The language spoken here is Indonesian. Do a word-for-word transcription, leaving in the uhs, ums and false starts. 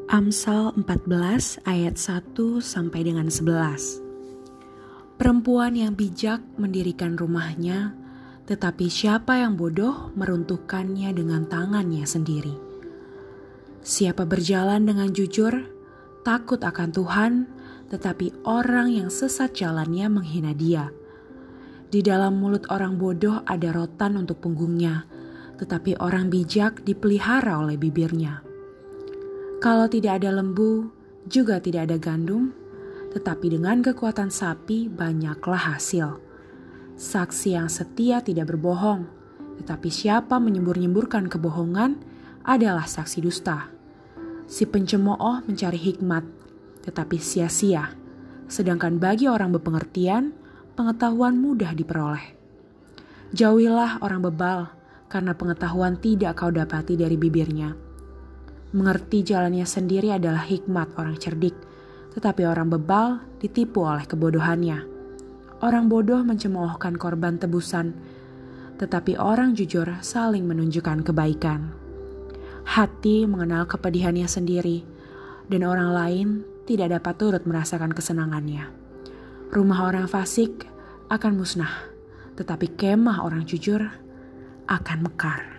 Amsal empat belas ayat satu sampai dengan sebelas. Perempuan yang bijak mendirikan rumahnya, tetapi siapa yang bodoh meruntuhkannya dengan tangannya sendiri. Siapa berjalan dengan jujur, takut akan Tuhan, tetapi orang yang sesat jalannya menghina Dia. Di dalam mulut orang bodoh ada rotan untuk punggungnya, tetapi orang bijak dipelihara oleh bibirnya. Kalau tidak ada lembu, juga tidak ada gandum, tetapi dengan kekuatan sapi banyaklah hasil. Saksi yang setia tidak berbohong, tetapi siapa menyembur-nyemburkan kebohongan adalah saksi dusta. Si pencemooh mencari hikmat, tetapi sia-sia, sedangkan bagi orang berpengertian, pengetahuan mudah diperoleh. Jauhilah orang bebal, karena pengetahuan tidak kau dapati dari bibirnya. Mengerti jalannya sendiri adalah hikmat orang cerdik, tetapi orang bebal ditipu oleh kebodohannya. Orang bodoh mencemoohkan korban tebusan, tetapi orang jujur saling menunjukkan kebaikan. Hati mengenal kepedihannya sendiri, dan orang lain tidak dapat turut merasakan kesenangannya. Rumah orang fasik akan musnah, tetapi kemah orang jujur akan mekar.